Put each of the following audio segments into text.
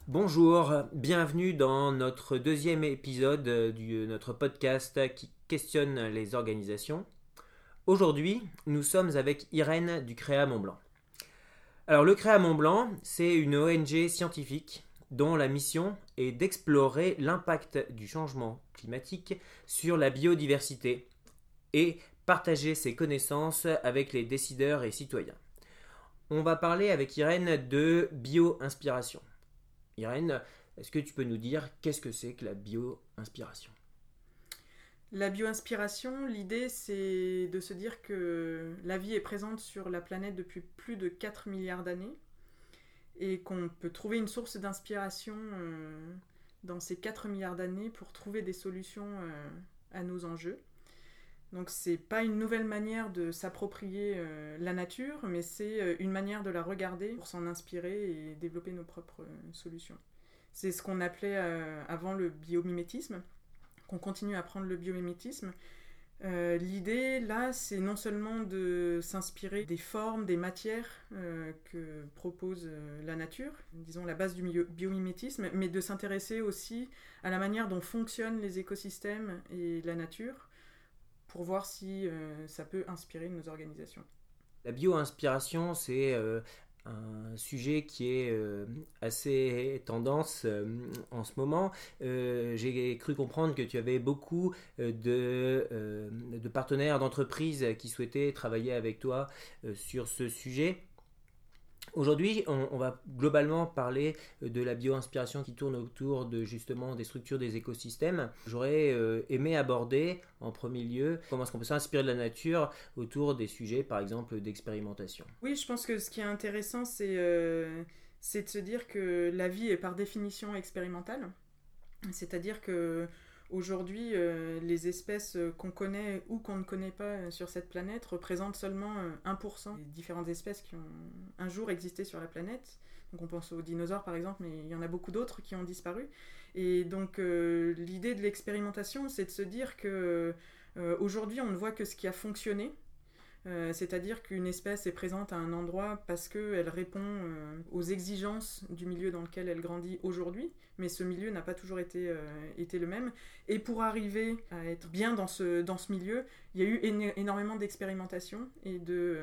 Bonjour, bienvenue dans notre deuxième épisode de notre podcast qui questionne les organisations. Aujourd'hui, nous sommes avec Irène du Créa Mont-Blanc. Alors le Créa Mont-Blanc, c'est une ONG scientifique dont la mission est d'explorer l'impact du changement climatique sur la biodiversité et partager ses connaissances avec les décideurs et citoyens. On va parler avec Irène de bio-inspiration. Irène, est-ce que tu peux nous dire qu'est-ce que c'est que la bio-inspiration ? La bio-inspiration, l'idée c'est de se dire que la vie est présente sur la planète depuis plus de 4 milliards d'années et qu'on peut trouver une source d'inspiration dans ces 4 milliards d'années pour trouver des solutions à nos enjeux. Donc c'est pas une nouvelle manière de s'approprier la nature, mais c'est une manière de la regarder pour s'en inspirer et développer nos propres solutions. C'est ce qu'on appelait avant le biomimétisme, qu'on continue à prendre le biomimétisme. L'idée là, c'est non seulement de s'inspirer des formes, des matières que propose la nature, disons la base du biomimétisme, mais de s'intéresser aussi à la manière dont fonctionnent les écosystèmes et la nature, pour voir si ça peut inspirer nos organisations. La bio-inspiration, c'est un sujet qui est assez tendance en ce moment. J'ai cru comprendre que tu avais beaucoup de partenaires d'entreprises qui souhaitaient travailler avec toi sur ce sujet. Aujourd'hui, on va globalement parler de la bio-inspiration qui tourne autour de justement des structures des écosystèmes. J'aurais aimé aborder en premier lieu comment est-ce qu'on peut s'inspirer de la nature autour des sujets par exemple d'expérimentation. Oui, je pense que ce qui est intéressant, c'est de se dire que la vie est par définition expérimentale. C'est-à-dire que aujourd'hui, les espèces qu'on connaît ou qu'on ne connaît pas sur cette planète représentent seulement 1% des différentes espèces qui ont un jour existé sur la planète. Donc on pense aux dinosaures par exemple, mais il y en a beaucoup d'autres qui ont disparu. Et donc l'idée de l'expérimentation, c'est de se dire que aujourd'hui on ne voit que ce qui a fonctionné. C'est-à-dire qu'une espèce est présente à un endroit parce qu'elle répond aux exigences du milieu dans lequel elle grandit aujourd'hui, mais ce milieu n'a pas toujours été le même. Et pour arriver à être bien dans ce milieu, il y a eu énormément d'expérimentations et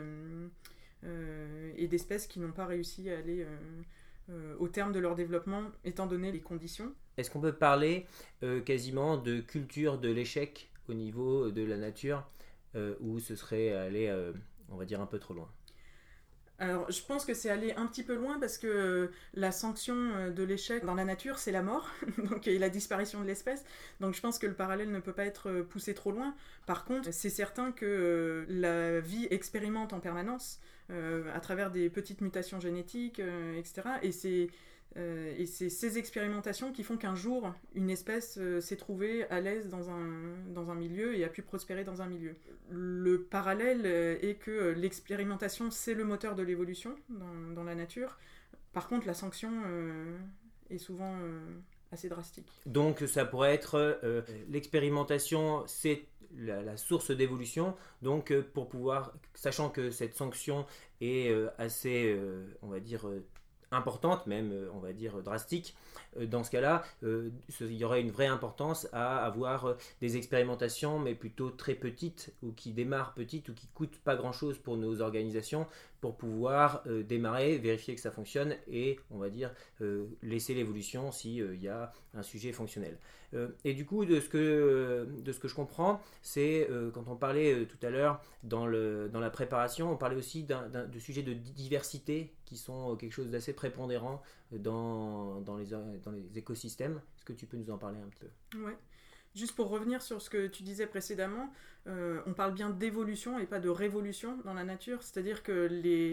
d'espèces qui n'ont pas réussi à aller au terme de leur développement, étant donné les conditions. Est-ce qu'on peut parler quasiment de culture de l'échec au niveau de la nature où ce serait aller, on va dire, un peu trop loin? Alors, je pense que c'est aller un petit peu loin parce que la sanction de l'échec dans la nature, c'est la mort, donc, et la disparition de l'espèce. Donc, je pense que le parallèle ne peut pas être poussé trop loin. Par contre, c'est certain que la vie expérimente en permanence à travers des petites mutations génétiques, etc. Et c'est ces expérimentations qui font qu'un jour, une espèce s'est trouvée à l'aise dans un milieu et a pu prospérer dans un milieu. Le parallèle est que l'expérimentation, c'est le moteur de l'évolution dans la nature. Par contre, la sanction est souvent assez drastique. Donc ça pourrait être l'expérimentation, c'est la source d'évolution. Donc pour pouvoir, sachant que cette sanction est assez, on va dire, importante, même on va dire drastique, dans ce cas-là, il y aurait une vraie importance à avoir des expérimentations, mais plutôt très petites, ou qui démarrent petites, ou qui coûtent pas grand-chose pour nos organisations, pour pouvoir démarrer, vérifier que ça fonctionne, et on va dire laisser l'évolution s'il y a un sujet fonctionnel. Et du coup, de ce que je comprends, c'est quand on parlait tout à l'heure dans la préparation, on parlait aussi de sujets de diversité qui sont quelque chose d'assez prépondérant dans les écosystèmes. Est-ce que tu peux nous en parler un petit peu ? Ouais. Juste pour revenir sur ce que tu disais précédemment, on parle bien d'évolution et pas de révolution dans la nature, c'est-à-dire que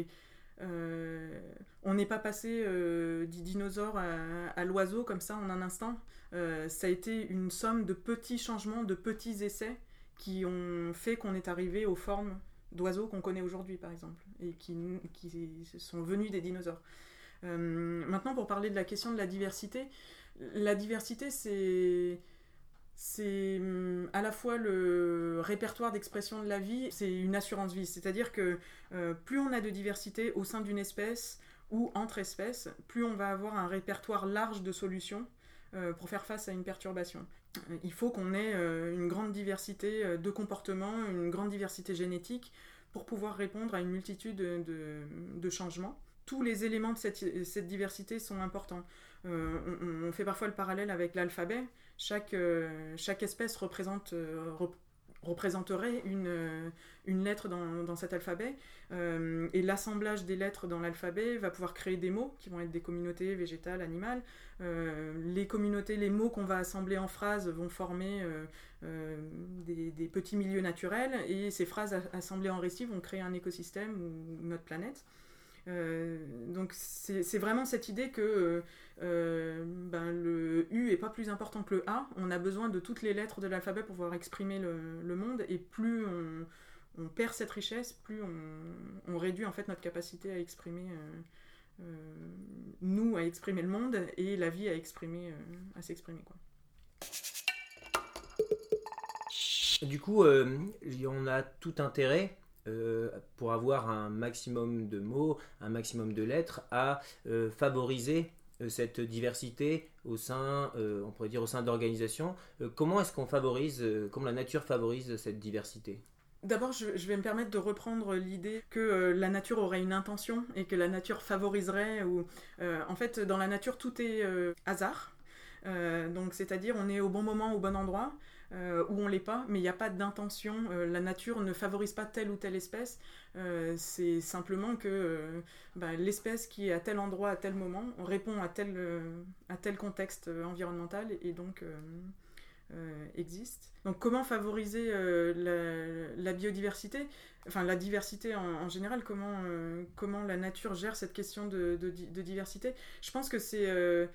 on n'est pas passé du dinosaure à l'oiseau comme ça en un instant. Ça a été une somme de petits changements, de petits essais qui ont fait qu'on est arrivé aux formes d'oiseaux qu'on connaît aujourd'hui par exemple et qui sont venus des dinosaures. Maintenant, pour parler de la question de la diversité c'est à la fois le répertoire d'expression de la vie, c'est une assurance vie. C'est-à-dire que plus on a de diversité au sein d'une espèce ou entre espèces, plus on va avoir un répertoire large de solutions pour faire face à une perturbation. Il faut qu'on ait une grande diversité de comportements, une grande diversité génétique pour pouvoir répondre à une multitude de changements. Tous les éléments de cette diversité sont importants. On fait parfois le parallèle avec l'alphabet. Chaque espèce représenterait une lettre dans cet alphabet, et l'assemblage des lettres dans l'alphabet va pouvoir créer des mots qui vont être des communautés végétales, animales. Les communautés, les mots qu'on va assembler en phrases vont former des petits milieux naturels, et ces phrases assemblées en récits vont créer un écosystème ou notre planète. Donc c'est vraiment cette idée que le U est pas plus important que le A. On a besoin de toutes les lettres de l'alphabet pour pouvoir exprimer le monde, et plus on perd cette richesse, plus on réduit en fait notre capacité à exprimer nous, à exprimer le monde, et la vie à s'exprimer quoi. Du coup, on a tout intérêt pour avoir un maximum de mots, un maximum de lettres, à favoriser cette diversité au sein, on pourrait dire au sein d'organisations. Comment est-ce qu'on favorise, comment la nature favorise cette diversité ? D'abord, je vais me permettre de reprendre l'idée que la nature aurait une intention et que la nature favoriserait. En fait, dans la nature, tout est hasard. Donc, c'est-à-dire, on est au bon moment, au bon endroit, où on l'est pas, mais il n'y a pas d'intention. La nature ne favorise pas telle ou telle espèce. C'est simplement que l'espèce qui est à tel endroit, à tel moment, répond à tel contexte environnemental, et donc existe. Donc comment favoriser la biodiversité, enfin la diversité en général, comment la nature gère cette question de diversité. Je pense que c'est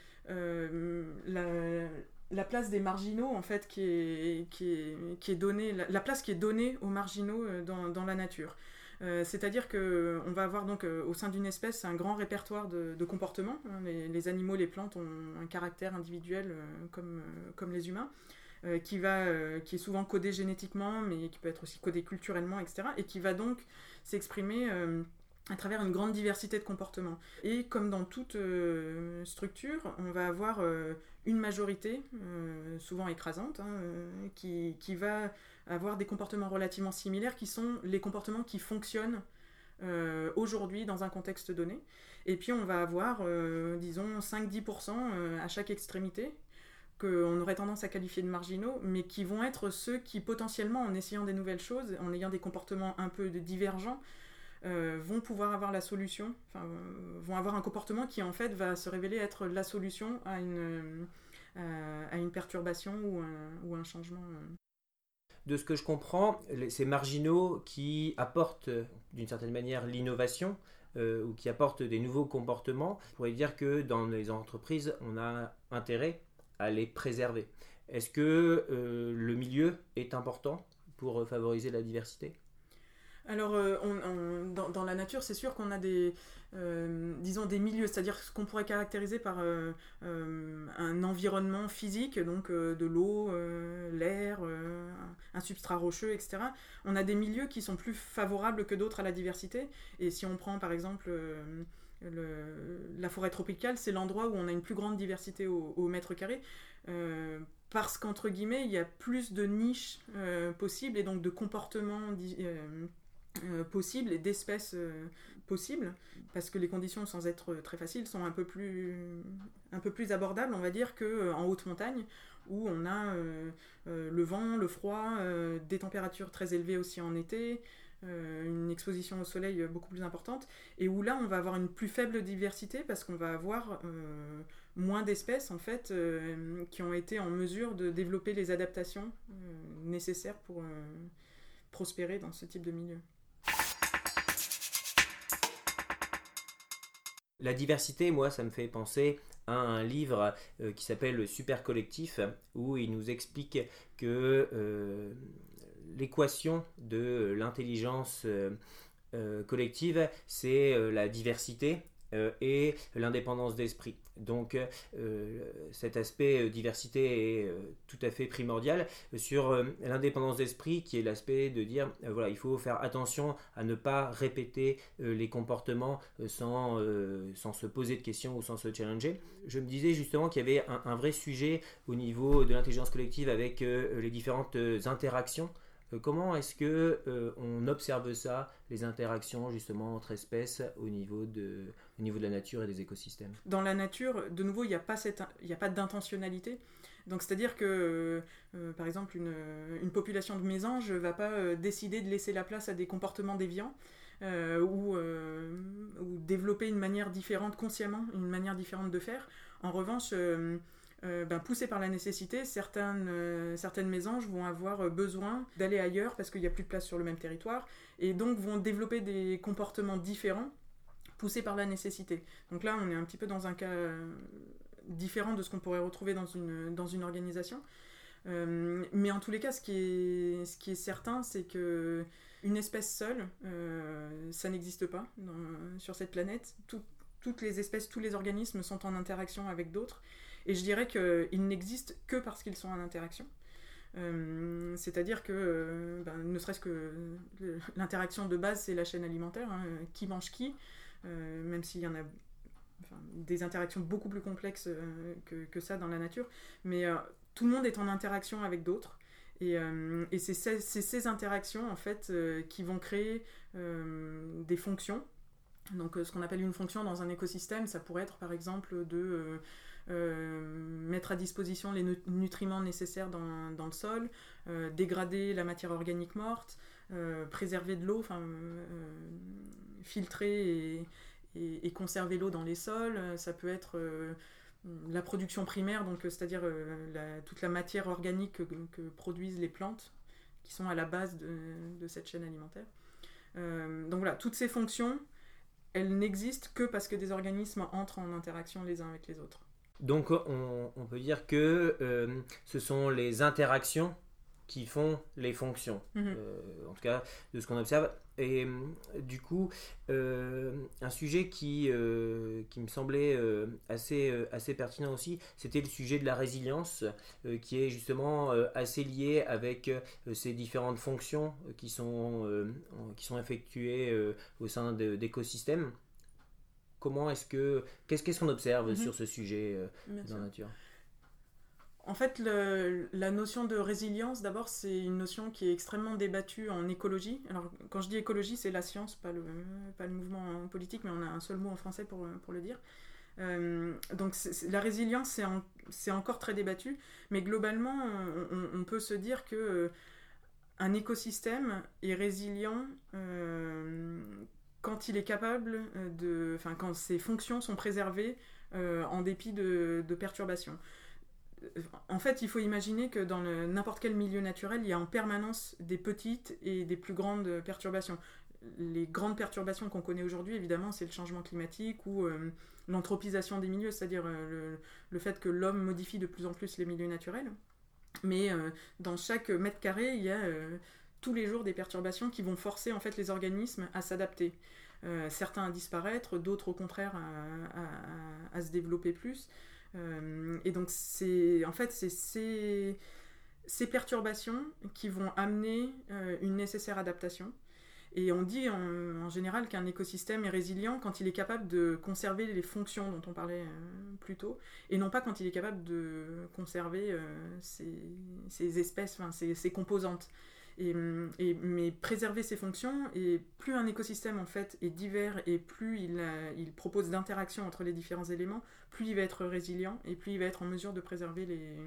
la place des marginaux en fait qui est donnée, la place qui est donnée aux marginaux dans la nature. C'est-à-dire qu'on va avoir donc au sein d'une espèce un grand répertoire de comportements. Les animaux, les plantes ont un caractère individuel comme les humains, qui est souvent codé génétiquement, mais qui peut être aussi codé culturellement, etc. Et qui va donc s'exprimer à travers une grande diversité de comportements. Et comme dans toute structure, on va avoir une majorité, souvent écrasante, qui va avoir des comportements relativement similaires, qui sont les comportements qui fonctionnent aujourd'hui dans un contexte donné. Et puis on va avoir, disons, 5-10% à chaque extrémité, qu'on aurait tendance à qualifier de marginaux, mais qui vont être ceux qui potentiellement, en essayant des nouvelles choses, en ayant des comportements un peu divergents, vont pouvoir avoir la solution, vont avoir un comportement qui en fait va se révéler être la solution à une perturbation ou un changement. De ce que je comprends, ces marginaux qui apportent d'une certaine manière l'innovation, ou qui apportent des nouveaux comportements, on pourrait dire que dans les entreprises, on a intérêt à les préserver. Est-ce que le milieu est important pour favoriser la diversité ? Alors, dans la nature, c'est sûr qu'on a des milieux, c'est-à-dire ce qu'on pourrait caractériser par un environnement physique, donc de l'eau, l'air, un substrat rocheux, etc. On a des milieux qui sont plus favorables que d'autres à la diversité. Et si on prend par exemple la forêt tropicale, c'est l'endroit où on a une plus grande diversité au mètre carré, parce qu'entre guillemets, il y a plus de niches possibles, et donc de comportements possibles et d'espèces possibles, parce que les conditions, sans être très faciles, sont un peu plus abordables, on va dire, qu'en haute montagne, où on a le vent, le froid, des températures très élevées aussi en été, une exposition au soleil beaucoup plus importante, et où là on va avoir une plus faible diversité parce qu'on va avoir moins d'espèces en fait qui ont été en mesure de développer les adaptations nécessaires pour prospérer dans ce type de milieu. La diversité, moi, ça me fait penser à un livre qui s'appelle Le Super Collectif, où il nous explique que l'équation de l'intelligence collective, c'est la diversité et l'indépendance d'esprit. Donc cet aspect diversité est tout à fait primordial sur l'indépendance d'esprit, qui est l'aspect de dire voilà, il faut faire attention à ne pas répéter les comportements sans se poser de questions ou sans se challenger. Je me disais justement qu'il y avait un vrai sujet au niveau de l'intelligence collective avec les différentes interactions. Comment est-ce que on observe ça, les interactions justement entre espèces au niveau de la nature et des écosystèmes? Dans la nature, de nouveau, il n'y a pas d'intentionnalité. Donc c'est-à-dire que, par exemple, une population de mésanges ne va pas décider de laisser la place à des comportements déviants ou développer une manière différente consciemment, une manière différente de faire. En revanche, poussées par la nécessité, certaines mésanges vont avoir besoin d'aller ailleurs parce qu'il n'y a plus de place sur le même territoire et donc vont développer des comportements différents poussés par la nécessité. Donc là, on est un petit peu dans un cas différent de ce qu'on pourrait retrouver dans une organisation. Mais en tous les cas, ce qui est certain, c'est que une espèce seule, ça n'existe pas sur cette planète. Toutes les espèces, tous les organismes sont en interaction avec d'autres. Et je dirais qu'ils n'existent que parce qu'ils sont en interaction. C'est-à-dire que, ne serait-ce que l'interaction de base, c'est la chaîne alimentaire, hein, qui mange qui, même s'il y en a des interactions beaucoup plus complexes que ça dans la nature. Mais tout le monde est en interaction avec d'autres. Et c'est ces interactions, en fait, qui vont créer des fonctions. Donc, ce qu'on appelle une fonction dans un écosystème, ça pourrait être, par exemple, de mettre à disposition les nutriments nécessaires dans le sol, dégrader la matière organique morte, préserver de l'eau, filtrer et conserver l'eau dans les sols. Ça peut être la production primaire, donc c'est-à-dire toute la matière organique que produisent les plantes, qui sont à la base de cette chaîne alimentaire. Donc voilà, toutes ces fonctions, elles n'existent que parce que des organismes entrent en interaction les uns avec les autres. Donc on peut dire que ce sont les interactions qui font les fonctions, en tout cas de ce qu'on observe. Et du coup, un sujet qui me semblait assez pertinent aussi, c'était le sujet de la résilience, qui est justement assez lié avec ces différentes fonctions qui sont effectuées au sein d'écosystèmes. Qu'est-ce qu'on observe sur ce sujet dans la nature? En fait, la notion de résilience, d'abord, c'est une notion qui est extrêmement débattue en écologie. Alors, quand je dis écologie, c'est la science, pas le mouvement politique, mais on a un seul mot en français pour le dire. Donc, la résilience, c'est encore très débattu, mais globalement, on peut se dire que un écosystème est résilient quand il est capable quand ses fonctions sont préservées en dépit de perturbations. En fait, il faut imaginer que dans n'importe quel milieu naturel, il y a en permanence des petites et des plus grandes perturbations. Les grandes perturbations qu'on connaît aujourd'hui, évidemment, c'est le changement climatique ou l'anthropisation des milieux, c'est-à-dire le fait que l'homme modifie de plus en plus les milieux naturels. Mais dans chaque mètre carré, il y a tous les jours des perturbations qui vont forcer en fait les organismes à s'adapter. Certains à disparaître, d'autres au contraire à se développer plus. Et donc c'est ces perturbations qui vont amener une nécessaire adaptation. Et on dit en général qu'un écosystème est résilient quand il est capable de conserver les fonctions dont on parlait plus tôt, et non pas quand il est capable de conserver ses espèces, ses composantes. Mais préserver ses fonctions, et plus un écosystème en fait est divers et plus il propose d'interactions entre les différents éléments, plus il va être résilient et plus il va être en mesure de préserver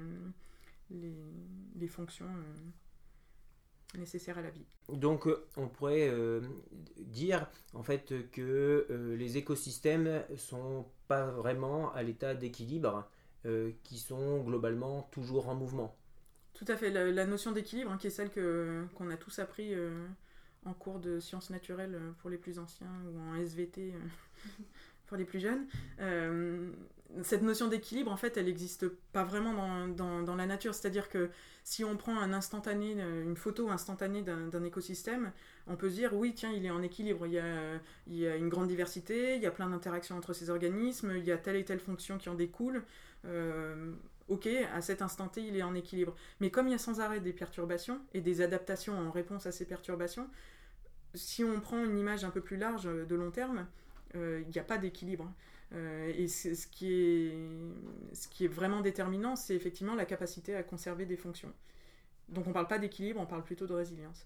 les fonctions nécessaires à la vie. Donc on pourrait dire en fait que les écosystèmes sont pas vraiment à l'état d'équilibre, qui sont globalement toujours en mouvement. Tout à fait, la notion d'équilibre, qui est celle qu'on a tous appris en cours de sciences naturelles pour les plus anciens ou en SVT pour les plus jeunes. Cette notion d'équilibre, en fait, elle n'existe pas vraiment dans la nature. C'est-à-dire que si on prend une photo instantanée d'un écosystème, on peut se dire, oui, tiens, il est en équilibre. Il y a une grande diversité, il y a plein d'interactions entre ces organismes, il y a telle et telle fonction qui en découle. Ok, à cet instant T, il est en équilibre. Mais comme il y a sans arrêt des perturbations et des adaptations en réponse à ces perturbations, si on prend une image un peu plus large de long terme, il n'y a pas d'équilibre. Et ce qui est vraiment déterminant, c'est effectivement la capacité à conserver des fonctions. Donc on ne parle pas d'équilibre, on parle plutôt de résilience.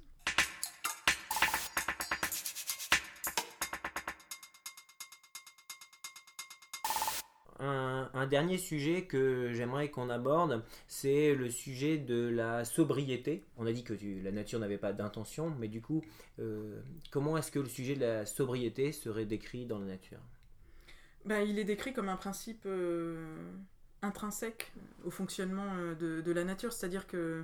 Un dernier sujet que j'aimerais qu'on aborde, c'est le sujet de la sobriété. On a dit que la nature n'avait pas d'intention, mais du coup, comment est-ce que le sujet de la sobriété serait décrit dans la nature ? Il est décrit comme un principe intrinsèque au fonctionnement de la nature, c'est-à-dire que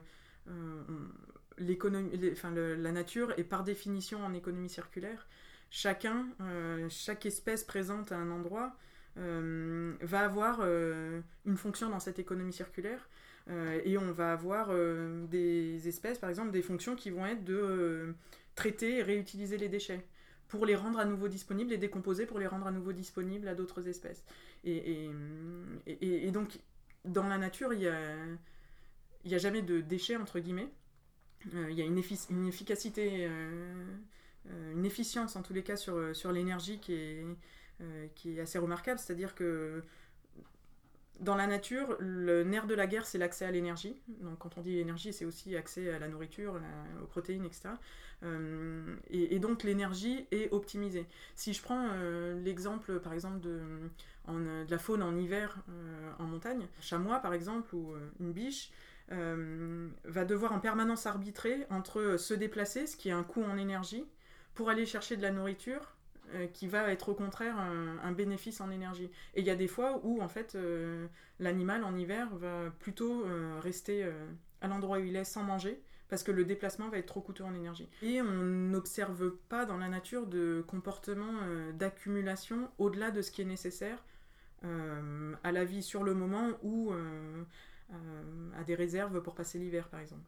la nature est par définition en économie circulaire. Chaque espèce présente à un endroit va avoir une fonction dans cette économie circulaire, et on va avoir des espèces, par exemple, des fonctions qui vont être de traiter et réutiliser les déchets pour les rendre à nouveau disponibles, les décomposer pour les rendre à nouveau disponibles à d'autres espèces. Et donc, dans la nature, il y a jamais de déchets, entre guillemets. Il y a une efficacité, une efficience, en tous les cas, sur l'énergie qui est assez remarquable. C'est-à-dire que dans la nature, le nerf de la guerre, c'est l'accès à l'énergie. Donc, quand on dit énergie, c'est aussi accès à la nourriture, aux protéines, etc. Et donc, l'énergie est optimisée. Si je prends l'exemple, par exemple, de la faune en hiver en montagne, un chamois, par exemple, ou une biche, va devoir en permanence arbitrer entre se déplacer, ce qui est un coût en énergie, pour aller chercher de la nourriture, qui va être au contraire un bénéfice en énergie. Et il y a des fois où en fait l'animal en hiver va plutôt rester à l'endroit où il est sans manger, parce que le déplacement va être trop coûteux en énergie. Et on n'observe pas dans la nature de comportement d'accumulation au-delà de ce qui est nécessaire à la vie sur le moment, ou à des réserves pour passer l'hiver, par exemple.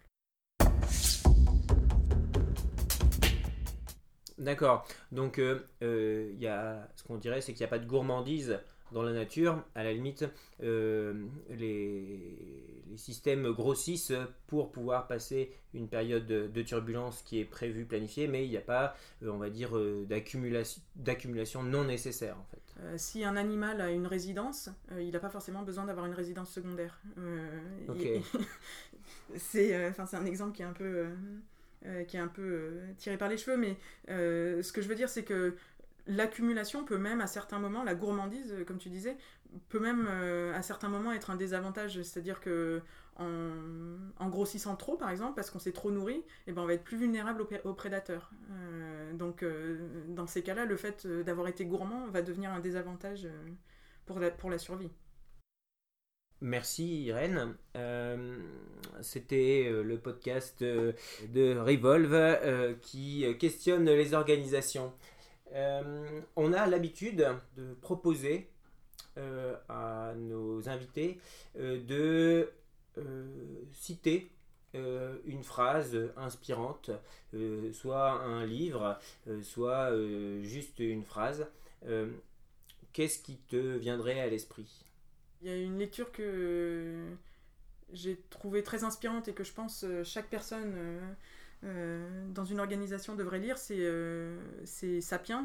D'accord. Donc, ce qu'on dirait, c'est qu'il n'y a pas de gourmandise dans la nature. À la limite, les systèmes grossissent pour pouvoir passer une période de turbulence qui est prévue, planifiée, mais il n'y a pas, on va dire, d'accumulation non nécessaire, en fait. Si un animal a une résidence, il n'a pas forcément besoin d'avoir une résidence secondaire. Ok. C'est un exemple qui est un peu tiré par les cheveux, mais ce que je veux dire, c'est que l'accumulation peut même, à certains moments, la gourmandise, comme tu disais, peut même, à certains moments, être un désavantage. C'est-à-dire que en grossissant trop, par exemple, parce qu'on s'est trop nourri, on va être plus vulnérable aux prédateurs. Donc, dans ces cas-là, le fait d'avoir été gourmand va devenir un désavantage pour la survie. Merci Irène. C'était le podcast de Revolve qui questionne les organisations. On a l'habitude de proposer à nos invités de citer une phrase inspirante, soit un livre, soit juste une phrase. Qu'est-ce qui te viendrait à l'esprit ? Il y a une lecture que j'ai trouvée très inspirante et que je pense chaque personne dans une organisation devrait lire, c'est Sapiens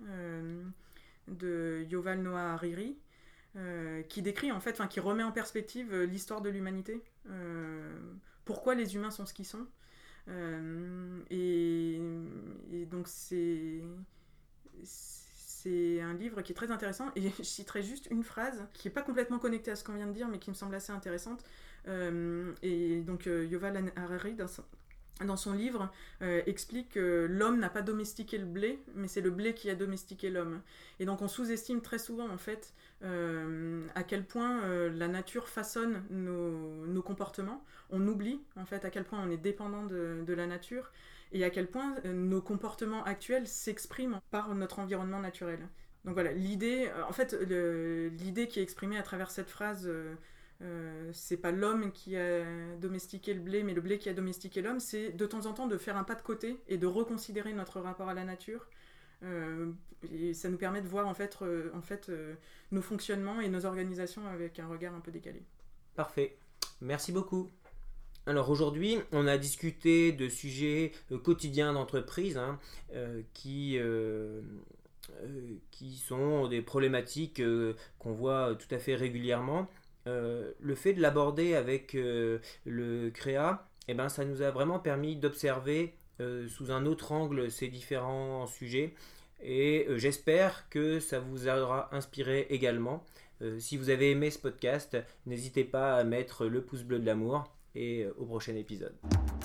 de Yuval Noah Harari, qui décrit en fait, qui remet en perspective l'histoire de l'humanité, pourquoi les humains sont ce qu'ils sont, et donc c'est un livre qui est très intéressant, et je citerai juste une phrase qui n'est pas complètement connectée à ce qu'on vient de dire, mais qui me semble assez intéressante. Et donc Yuval Harari, dans son livre, explique que l'homme n'a pas domestiqué le blé, mais c'est le blé qui a domestiqué l'homme. Et donc on sous-estime très souvent en fait à quel point la nature façonne nos comportements. On oublie en fait à quel point on est dépendant de la nature, et à quel point nos comportements actuels s'expriment par notre environnement naturel. Donc voilà, l'idée qui est exprimée à travers cette phrase, c'est pas l'homme qui a domestiqué le blé, mais le blé qui a domestiqué l'homme, c'est de temps en temps de faire un pas de côté et de reconsidérer notre rapport à la nature. Et ça nous permet de voir en fait, nos fonctionnements et nos organisations avec un regard un peu décalé. Parfait, merci beaucoup. Alors aujourd'hui, on a discuté de sujets quotidiens d'entreprise qui sont des problématiques qu'on voit tout à fait régulièrement. Le fait de l'aborder avec le CREA, ça nous a vraiment permis d'observer sous un autre angle ces différents sujets et j'espère que ça vous aura inspiré également. Si vous avez aimé ce podcast, n'hésitez pas à mettre le pouce bleu de l'amour et au prochain épisode.